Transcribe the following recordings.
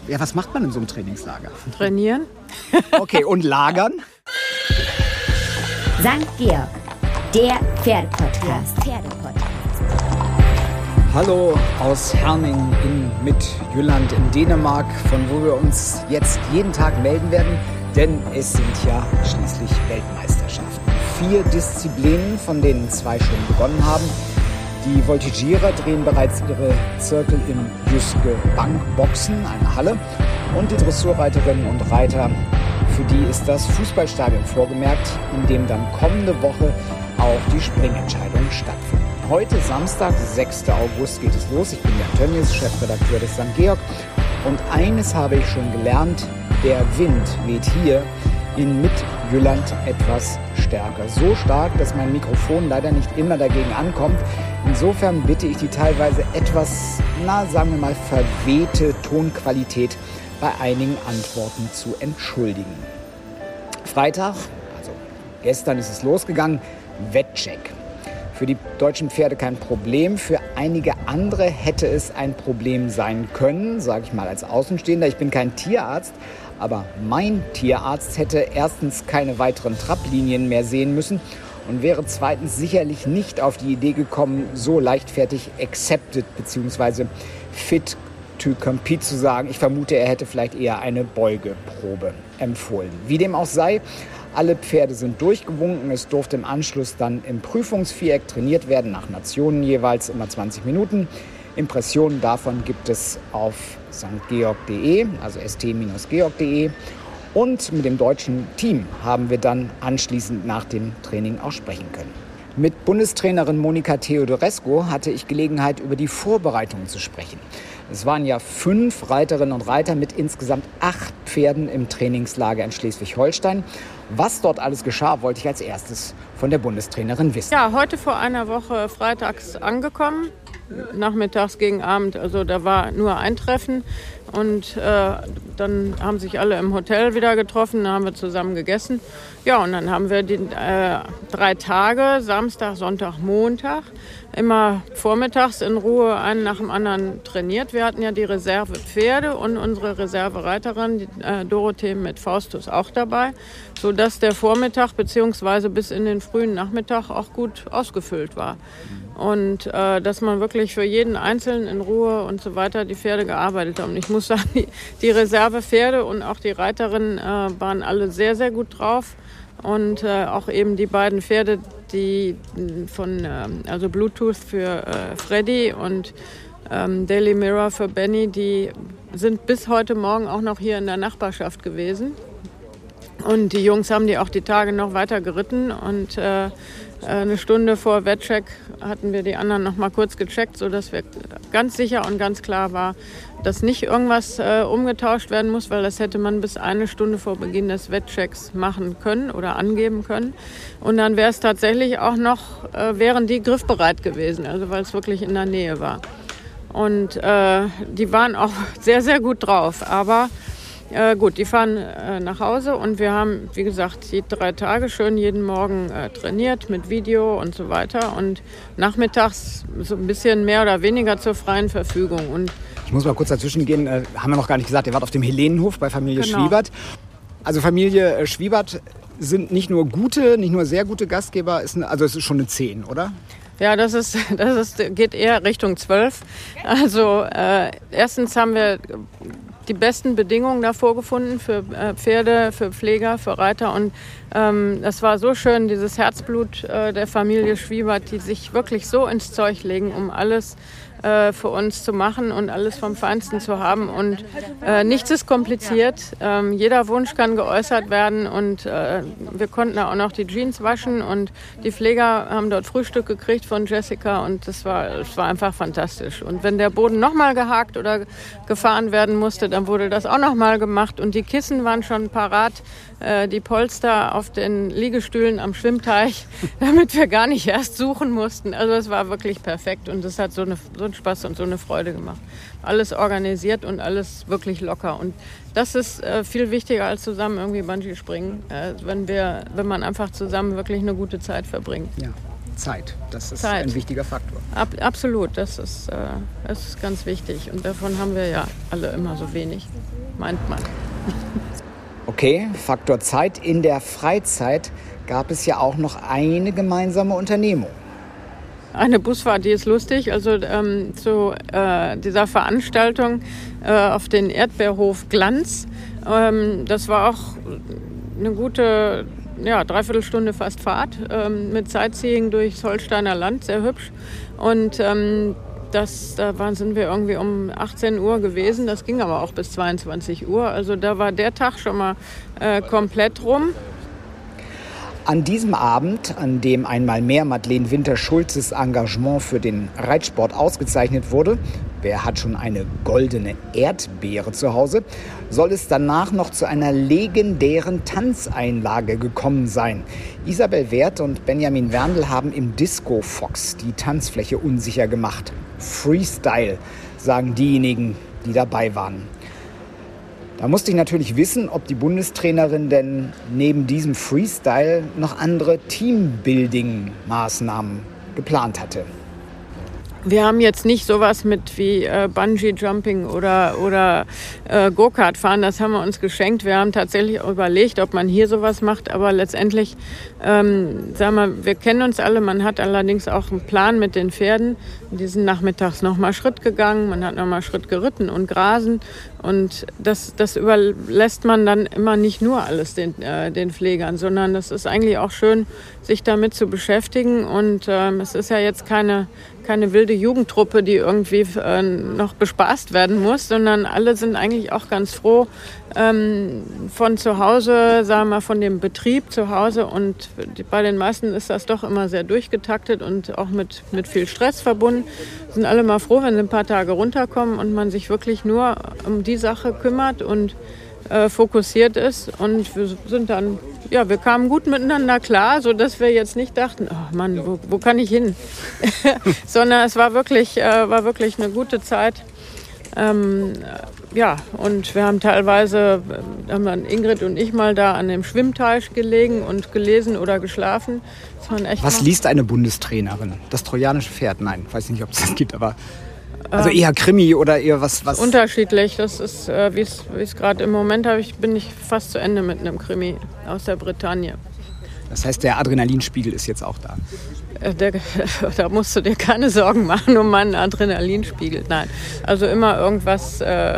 Ja, was macht man in so einem Trainingslager? Trainieren. Okay, und lagern? St. Georg, der Pferdepodcast. Hallo aus Herning in Midtjylland in Dänemark, von wo wir uns jetzt jeden Tag melden werden, denn es sind ja schließlich Weltmeisterschaften. 4 Disziplinen, von denen 2 schon begonnen haben. Die Voltigierer drehen bereits ihre Zirkel im Jyske Bankboxen, einer Halle. Und die Dressurreiterinnen und Reiter, für die ist das Fußballstadion vorgemerkt, in dem dann kommende Woche auch die Springentscheidungen stattfinden. Heute Samstag, 6. August, geht es los. Ich bin Jan Tönnies, Chefredakteur des St. Georg. Und eines habe ich schon gelernt, der Wind weht hier in Midtjylland etwas stärker. So stark, dass mein Mikrofon leider nicht immer dagegen ankommt. Insofern bitte ich die teilweise etwas, sagen wir mal, verwehte Tonqualität bei einigen Antworten zu entschuldigen. Freitag, also gestern ist es losgegangen, Wettcheck. Für die deutschen Pferde kein Problem, für einige andere hätte es ein Problem sein können, sage ich mal als Außenstehender. Ich bin kein Tierarzt, aber mein Tierarzt hätte erstens keine weiteren Trapplinien mehr sehen müssen und wäre zweitens sicherlich nicht auf die Idee gekommen, so leichtfertig accepted bzw. fit to compete zu sagen. Ich vermute, er hätte vielleicht eher eine Beugeprobe empfohlen. Wie dem auch sei, alle Pferde sind durchgewunken. Es durfte im Anschluss dann im Prüfungsviereck trainiert werden, nach Nationen jeweils immer 20 Minuten. Impressionen davon gibt es auf stgeorg.de, also st-georg.de. Und mit dem deutschen Team haben wir dann anschließend nach dem Training auch sprechen können. Mit Bundestrainerin Monika Theodorescu hatte ich Gelegenheit, über die Vorbereitungen zu sprechen. Es waren ja 5 Reiterinnen und Reiter mit insgesamt 8 Pferden im Trainingslager in Schleswig-Holstein. Was dort alles geschah, wollte ich als erstes von der Bundestrainerin wissen. Ja, heute vor einer Woche freitags angekommen, nachmittags gegen Abend. Also da war nur ein Treffen und dann haben sich alle im Hotel wieder getroffen, dann haben wir zusammen gegessen. Ja, und dann haben wir die 3 Tage, Samstag, Sonntag, Montag, immer vormittags in Ruhe einen nach dem anderen trainiert. Wir hatten ja die Reservepferde und unsere Reservereiterin, die Dorothee mit Faustus, auch dabei, sodass der Vormittag bzw. bis in den frühen Nachmittag auch gut ausgefüllt war. Und dass man wirklich für jeden Einzelnen in Ruhe und so weiter die Pferde gearbeitet hat. Und ich muss sagen, die Reservepferde und auch die Reiterinnen waren alle sehr, sehr gut drauf. Und auch eben die beiden Pferde, die von also Bluetooth für Freddy und Daily Mirror für Benny, die sind bis heute Morgen auch noch hier in der Nachbarschaft gewesen. Und die Jungs haben die auch die Tage noch weiter geritten und eine Stunde vor Wettcheck hatten wir die anderen noch mal kurz gecheckt, sodass wir ganz sicher und ganz klar war, dass nicht irgendwas umgetauscht werden muss, weil das hätte man bis 1 Stunde vor Beginn des Wettchecks machen können oder angeben können. Und dann wäre es tatsächlich auch noch, wären die griffbereit gewesen, also weil es wirklich in der Nähe war. Und die waren auch sehr, sehr gut drauf, aber gut, die fahren nach Hause und wir haben, wie gesagt, die 3 Tage schön jeden Morgen trainiert mit Video und so weiter und nachmittags so ein bisschen mehr oder weniger zur freien Verfügung. Und ich muss mal kurz dazwischen gehen, haben wir noch gar nicht gesagt, ihr wart auf dem Helenenhof bei Familie Schwiebert. Also Familie Schwiebert sind nicht nur sehr gute Gastgeber, also es ist schon eine 10, oder? Ja, das geht eher Richtung 12. Also erstens haben wir die besten Bedingungen davor gefunden für Pferde, für Pfleger, für Reiter. Und das war so schön, dieses Herzblut der Familie Schwiebert, die sich wirklich so ins Zeug legen, um alles für uns zu machen und alles vom Feinsten zu haben. Und nichts ist kompliziert. Jeder Wunsch kann geäußert werden. Und wir konnten auch noch die Jeans waschen. Und die Pfleger haben dort Frühstück gekriegt von Jessica. Und es war einfach fantastisch. Und wenn der Boden nochmal gehakt oder gefahren werden musste, dann wurde das auch nochmal gemacht. Und die Kissen waren schon parat, die Polster auf den Liegestühlen am Schwimmteich, damit wir gar nicht erst suchen mussten. Also es war wirklich perfekt. Und es hat so einen Spaß und so eine Freude gemacht. Alles organisiert und alles wirklich locker. Und das ist viel wichtiger als zusammen irgendwie Bungee springen, wenn man einfach zusammen wirklich eine gute Zeit verbringt. Ja. Zeit. Das ist ein wichtiger Faktor. Absolut, das ist ganz wichtig. Und davon haben wir ja alle immer so wenig, meint man. Okay, Faktor Zeit. In der Freizeit gab es ja auch noch eine gemeinsame Unternehmung. Eine Busfahrt, die ist lustig. Also zu dieser Veranstaltung auf den Erdbeerhof Glanz. Das war auch eine gute Dreiviertelstunde fast Fahrt mit Sightseeing durchs Holsteiner Land, sehr hübsch. Und sind wir irgendwie um 18 Uhr gewesen. Das ging aber auch bis 22 Uhr. Also da war der Tag schon mal komplett rum. An diesem Abend, an dem einmal mehr Madeleine Winter-Schulzes Engagement für den Reitsport ausgezeichnet wurde, wer hat schon eine goldene Erdbeere zu Hause, soll es danach noch zu einer legendären Tanzeinlage gekommen sein. Isabel Werth und Benjamin Werndl haben im Disco Fox die Tanzfläche unsicher gemacht. Freestyle, sagen diejenigen, die dabei waren. Da musste ich natürlich wissen, ob die Bundestrainerin denn neben diesem Freestyle noch andere Teambuilding-Maßnahmen geplant hatte. Wir haben jetzt nicht sowas mit wie Bungee-Jumping oder Go-Kart fahren, das haben wir uns geschenkt. Wir haben tatsächlich überlegt, ob man hier sowas macht, aber letztendlich, wir kennen uns alle, man hat allerdings auch einen Plan mit den Pferden. Die sind nachmittags nochmal Schritt gegangen, man hat nochmal Schritt geritten und grasen und das überlässt man dann immer nicht nur alles den Pflegern, sondern das ist eigentlich auch schön, sich damit zu beschäftigen und es ist ja jetzt keine wilde Jugendtruppe, die irgendwie noch bespaßt werden muss, sondern alle sind eigentlich auch ganz froh von zu Hause, sagen wir von dem Betrieb zu Hause und bei den meisten ist das doch immer sehr durchgetaktet und auch mit viel Stress verbunden. Sind alle mal froh, wenn sie ein paar Tage runterkommen und man sich wirklich nur um die Sache kümmert und fokussiert ist und wir kamen gut miteinander klar, so dass wir jetzt nicht dachten, oh Mann, wo kann ich hin? Sondern es war wirklich eine gute Zeit. Und wir haben teilweise, Ingrid und ich mal da an dem Schwimmteich gelegen und gelesen oder geschlafen. Was liest eine Bundestrainerin? Das trojanische Pferd? Nein, ich weiß nicht, ob es das gibt, aber also eher Krimi oder eher was? Unterschiedlich. Das ist, wie es gerade im Moment bin ich fast zu Ende mit einem Krimi aus der Bretagne. Das heißt, der Adrenalinspiegel ist jetzt auch da? Da musst du dir keine Sorgen machen um meinen Adrenalinspiegel. Nein, also immer irgendwas,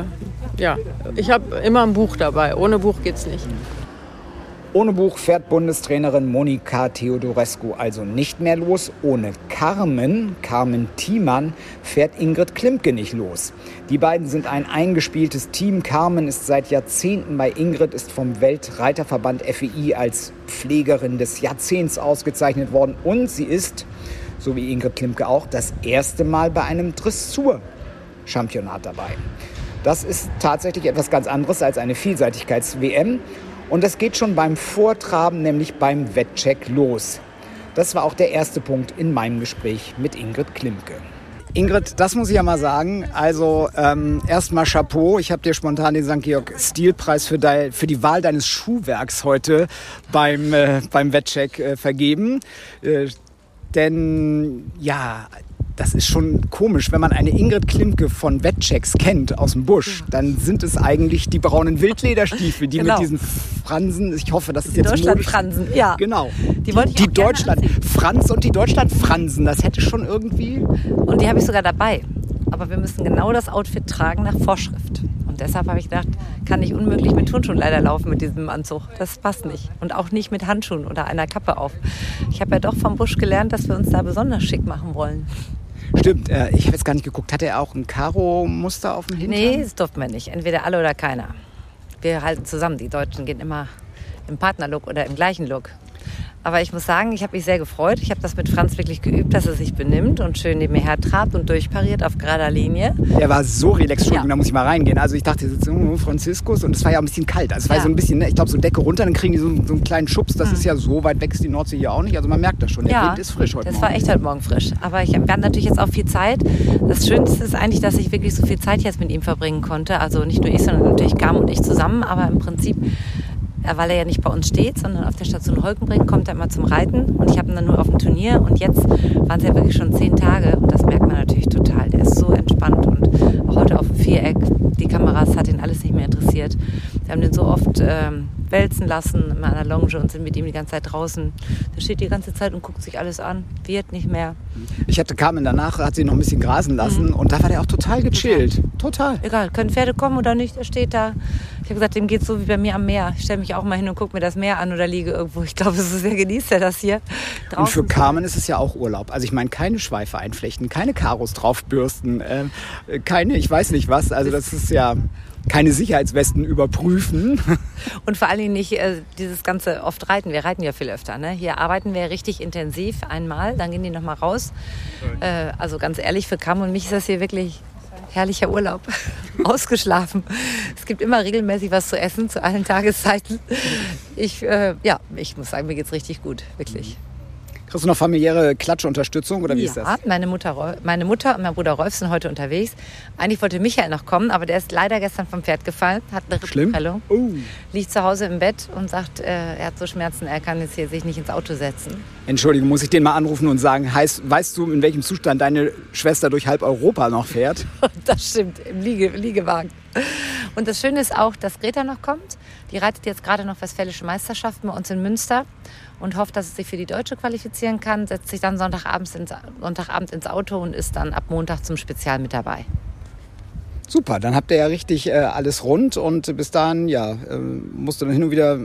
ich habe immer ein Buch dabei. Ohne Buch geht's nicht. Ohne Buch fährt Bundestrainerin Monika Theodorescu also nicht mehr los. Ohne Carmen Thiemann, fährt Ingrid Klimke nicht los. Die beiden sind ein eingespieltes Team. Carmen ist seit Jahrzehnten bei Ingrid, ist vom Weltreiterverband FEI als Pflegerin des Jahrzehnts ausgezeichnet worden. Und sie ist, so wie Ingrid Klimke auch, das erste Mal bei einem Dressur-Championat dabei. Das ist tatsächlich etwas ganz anderes als eine Vielseitigkeits-WM. Und das geht schon beim Vortraben, nämlich beim Wettcheck los. Das war auch der erste Punkt in meinem Gespräch mit Ingrid Klimke. Ingrid, das muss ich ja mal sagen. Also erstmal Chapeau. Ich habe dir spontan den St. Georg Stilpreis für die Wahl deines Schuhwerks heute beim Wettcheck vergeben. Denn ja, das ist schon komisch, wenn man eine Ingrid Klimke von Wettchecks kennt aus dem Busch, dann sind es eigentlich die braunen Wildlederstiefel, die mit diesen Fransen, ich hoffe, das ist jetzt Deutschland-Fransen, ja. Genau. Die wollte ich auch gerne Deutschland-Franz und die Deutschland-Fransen, das hätte schon irgendwie... Und die habe ich sogar dabei. Aber wir müssen genau das Outfit tragen nach Vorschrift. Und deshalb habe ich gedacht, kann ich unmöglich mit Turnschuhen leider laufen mit diesem Anzug. Das passt nicht. Und auch nicht mit Handschuhen oder einer Kappe auf. Ich habe ja doch vom Busch gelernt, dass wir uns da besonders schick machen wollen. Stimmt, ich habe jetzt gar nicht geguckt. Hat er auch ein Karo-Muster auf dem Hintern? Nee, das durften wir nicht. Entweder alle oder keiner. Wir halten zusammen. Die Deutschen gehen immer im Partnerlook oder im gleichen Look. Aber ich muss sagen, ich habe mich sehr gefreut. Ich habe das mit Franz wirklich geübt, dass er sich benimmt und schön neben mir her trabt und durchpariert auf gerader Linie. Er war so relaxed, da muss ich mal reingehen. Also ich dachte, jetzt Franziskus und es war ja auch ein bisschen kalt. Also es war so ein bisschen, ich glaube, so Decke runter, dann kriegen die so einen kleinen Schubs. Das ist ja so weit weg, ist die Nordsee hier auch nicht. Also man merkt das schon, der Wind ist frisch heute Morgen. Das war echt heute Morgen frisch. Aber wir hatten natürlich jetzt auch viel Zeit. Das Schönste ist eigentlich, dass ich wirklich so viel Zeit jetzt mit ihm verbringen konnte. Also nicht nur ich, sondern natürlich Carmen und ich zusammen. Aber im Prinzip weil er ja nicht bei uns steht, sondern auf der Station Holkenbrink kommt er immer zum Reiten und ich habe ihn dann nur auf dem Turnier und jetzt waren es ja wirklich schon 10 Tage und das merkt man natürlich total. Der ist so entspannt und auch heute auf dem Viereck, die Kameras hat ihn alles nicht mehr interessiert. Wir haben den so oft wälzen lassen in einer Lounge und sind mit ihm die ganze Zeit draußen. Der steht die ganze Zeit und guckt sich alles an, wird nicht mehr. Ich hatte Carmen danach, hat sie noch ein bisschen grasen lassen und da war der auch total gechillt. Total. Egal, können Pferde kommen oder nicht, er steht da. Ich habe gesagt, dem geht's so wie bei mir am Meer. Ich stelle mich auch mal hin und gucke mir das Meer an oder liege irgendwo. Ich glaube, so sehr genießt er das hier. Draußen. Und für Carmen ist es ja auch Urlaub. Also ich meine, keine Schweife einflechten, keine Karos draufbürsten, keine, ich weiß nicht was. Also das ist ja keine Sicherheitswesten überprüfen. Und vor allen Dingen nicht dieses ganze oft Reiten. Wir reiten ja viel öfter. Ne? Hier arbeiten wir richtig intensiv einmal, dann gehen die nochmal raus. Also ganz ehrlich, für Carmen und mich ist das hier wirklich herrlicher Urlaub. Ausgeschlafen. Es gibt immer regelmäßig was zu essen, zu allen Tageszeiten. Ich muss sagen, mir geht's richtig gut, wirklich. Kriegst du noch familiäre Klatschunterstützung oder wie ist das? Ja, meine Mutter und mein Bruder Rolf sind heute unterwegs. Eigentlich wollte Michael noch kommen, aber der ist leider gestern vom Pferd gefallen, hat eine Rippenprellung, liegt zu Hause im Bett und sagt, er hat so Schmerzen, er kann jetzt hier sich nicht ins Auto setzen. Entschuldigung, muss ich den mal anrufen und sagen, weißt du, in welchem Zustand deine Schwester durch halb Europa noch fährt? Das stimmt, im Liegewagen. Und das Schöne ist auch, dass Greta noch kommt. Die reitet jetzt gerade noch Westfälische Meisterschaften bei uns in Münster und hofft, dass sie sich für die Deutsche qualifizieren kann, setzt sich dann Sonntagabend ins Auto und ist dann ab Montag zum Spezial mit dabei. Super, dann habt ihr ja richtig alles rund und bis dahin, musst du dann hin und wieder,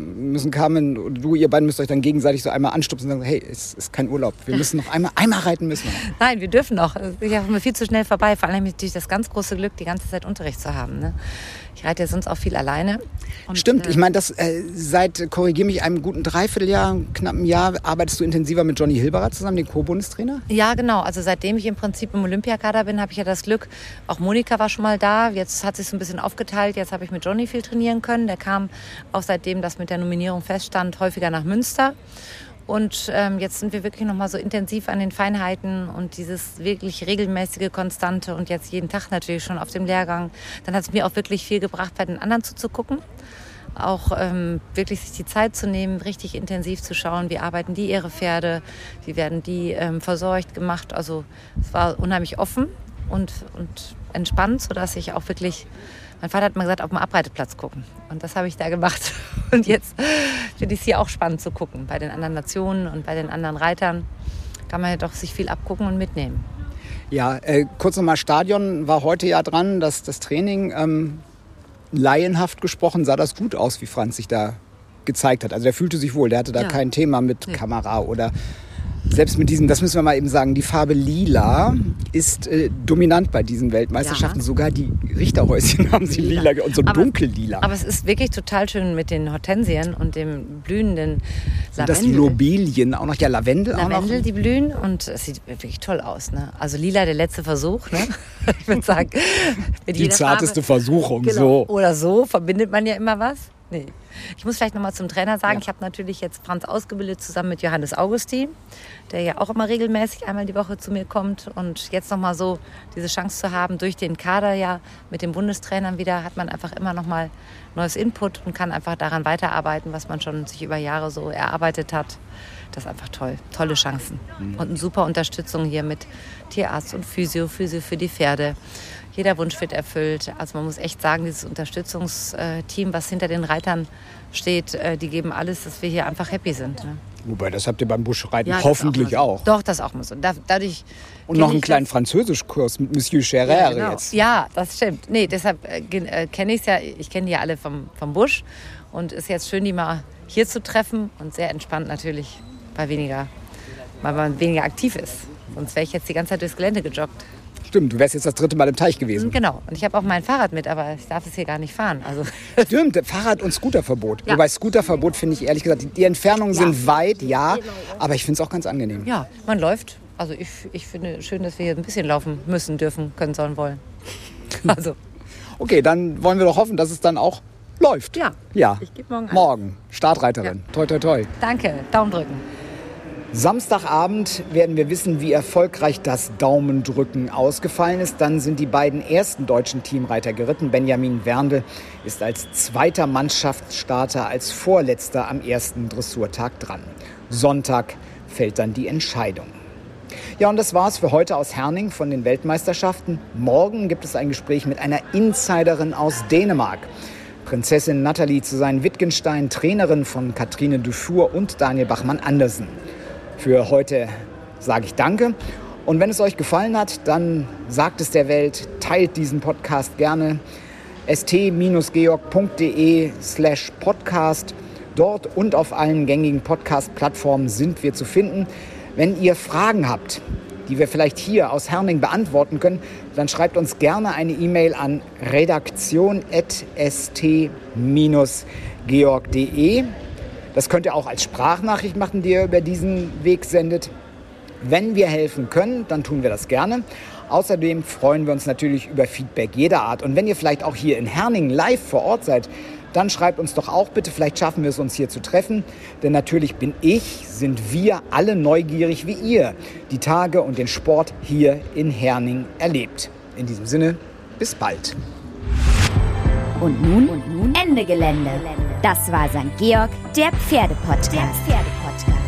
ihr beiden müsst euch dann gegenseitig so einmal anstupsen und sagen, hey, es ist kein Urlaub, wir müssen noch einmal reiten müssen wir noch. Nein, wir dürfen noch. Ich habe mir viel zu schnell vorbei, vor allem natürlich das ganz große Glück, die ganze Zeit Unterricht zu haben. Ne? Ich reite ja sonst auch viel alleine. Und, stimmt, ich meine, korrigiere mich, einem guten Dreivierteljahr, knappen Jahr, arbeitest du intensiver mit Johnny Hilberer zusammen, den Co-Bundestrainer? Ja, genau. Also seitdem ich im Prinzip im Olympiakader bin, habe ich ja das Glück, auch Monika war schon mal da. Jetzt hat sich so ein bisschen aufgeteilt. Jetzt habe ich mit Johnny viel trainieren können. Der kam auch seitdem das mit der Nominierung feststand, häufiger nach Münster. Und jetzt sind wir wirklich noch mal so intensiv an den Feinheiten und dieses wirklich regelmäßige, konstante und jetzt jeden Tag natürlich schon auf dem Lehrgang. Dann hat es mir auch wirklich viel gebracht, bei den anderen zuzugucken. Auch wirklich sich die Zeit zu nehmen, richtig intensiv zu schauen, wie arbeiten die ihre Pferde, wie werden die versorgt, gemacht. Also es war unheimlich offen und entspannt, sodass ich auch wirklich, mein Vater hat mal gesagt, auf dem Abreiteplatz gucken. Und das habe ich da gemacht. Und jetzt finde ich es hier auch spannend zu gucken. Bei den anderen Nationen und bei den anderen Reitern kann man ja doch sich viel abgucken und mitnehmen. Ja, kurz nochmal, Stadion war heute ja dran, das Training, laienhaft gesprochen, sah das gut aus, wie Franz sich da gezeigt hat. Also der fühlte sich wohl, der hatte da kein Thema mit Kamera oder selbst mit diesem, das müssen wir mal eben sagen, die Farbe Lila ist dominant bei diesen Weltmeisterschaften. Ja. Sogar die Richterhäuschen haben sie lila und so dunkellila. Aber es ist wirklich total schön mit den Hortensien und dem blühenden Lavendel. Und das die Lobelien auch noch, ja, Lavendel auch noch. Lavendel, die blühen und es sieht wirklich toll aus. Ne? Also lila, der letzte Versuch. Ne? Ich würde sagen, mit die zarteste Farbe, Versuchung. Genau. So. Oder so verbindet man ja immer was. Nee. Ich muss vielleicht noch mal zum Trainer sagen, ich habe natürlich jetzt Franz ausgebildet zusammen mit Johannes Augustin, der ja auch immer regelmäßig einmal die Woche zu mir kommt. Und jetzt noch mal so diese Chance zu haben, durch den Kader ja mit den Bundestrainern wieder, hat man einfach immer noch mal neues Input und kann einfach daran weiterarbeiten, was man schon sich über Jahre so erarbeitet hat. Das ist einfach toll. Tolle Chancen. Und eine super Unterstützung hier mit Tierarzt und Physio für die Pferde. Jeder Wunsch wird erfüllt. Also man muss echt sagen, dieses Unterstützungsteam, was hinter den Reitern steht, die geben alles, dass wir hier einfach happy sind. Ne? Wobei, das habt ihr beim Buschreiten hoffentlich auch. Doch, das auch mal so. Dadurch und noch einen kleinen Französischkurs mit Monsieur Scherrer jetzt. Ja, das stimmt. Nee, deshalb kenne ich es ja. Ich kenne die alle vom Busch. Und es ist jetzt schön, die mal hier zu treffen. Und sehr entspannt natürlich, weil man weniger aktiv ist. Sonst wäre ich jetzt die ganze Zeit durchs Gelände gejoggt. Stimmt, du wärst jetzt das 3. Mal im Teich gewesen. Genau, und ich habe auch mein Fahrrad mit, aber ich darf es hier gar nicht fahren. Also stimmt, Fahrrad- und Scooterverbot. Ja. Wobei Scooterverbot finde ich ehrlich gesagt, die Entfernungen sind weit, aber ich finde es auch ganz angenehm. Ja, man läuft. Also ich finde schön, dass wir hier ein bisschen laufen müssen, dürfen, können, sollen, wollen. Also. Okay, dann wollen wir doch hoffen, dass es dann auch läuft. Ja. Ja. Ich gebe morgen an. Morgen, Startreiterin. Ja. Toi, toi, toi. Danke, Daumen drücken. Samstagabend werden wir wissen, wie erfolgreich das Daumendrücken ausgefallen ist. Dann sind die beiden ersten deutschen Teamreiter geritten. Benjamin Werndl ist als zweiter Mannschaftsstarter als Vorletzter am ersten Dressurtag dran. Sonntag fällt dann die Entscheidung. Ja, und das war's für heute aus Herning von den Weltmeisterschaften. Morgen gibt es ein Gespräch mit einer Insiderin aus Dänemark. Prinzessin Nathalie zu Wittgenstein, Trainerin von Katrine Dufour und Daniel Bachmann-Andersen. Für heute sage ich Danke. Und wenn es euch gefallen hat, dann sagt es der Welt, teilt diesen Podcast gerne. st-georg.de/podcast. Dort und auf allen gängigen Podcast-Plattformen sind wir zu finden. Wenn ihr Fragen habt, die wir vielleicht hier aus Herning beantworten können, dann schreibt uns gerne eine E-Mail an redaktion@st-georg.de. Das könnt ihr auch als Sprachnachricht machen, die ihr über diesen Weg sendet. Wenn wir helfen können, dann tun wir das gerne. Außerdem freuen wir uns natürlich über Feedback jeder Art. Und wenn ihr vielleicht auch hier in Herning live vor Ort seid, dann schreibt uns doch auch bitte, vielleicht schaffen wir es uns hier zu treffen. Denn natürlich sind wir alle neugierig, wie ihr die Tage und den Sport hier in Herning erlebt. In diesem Sinne, bis bald. Und nun Ende Gelände. Das war St. Georg, der Pferdepodcast.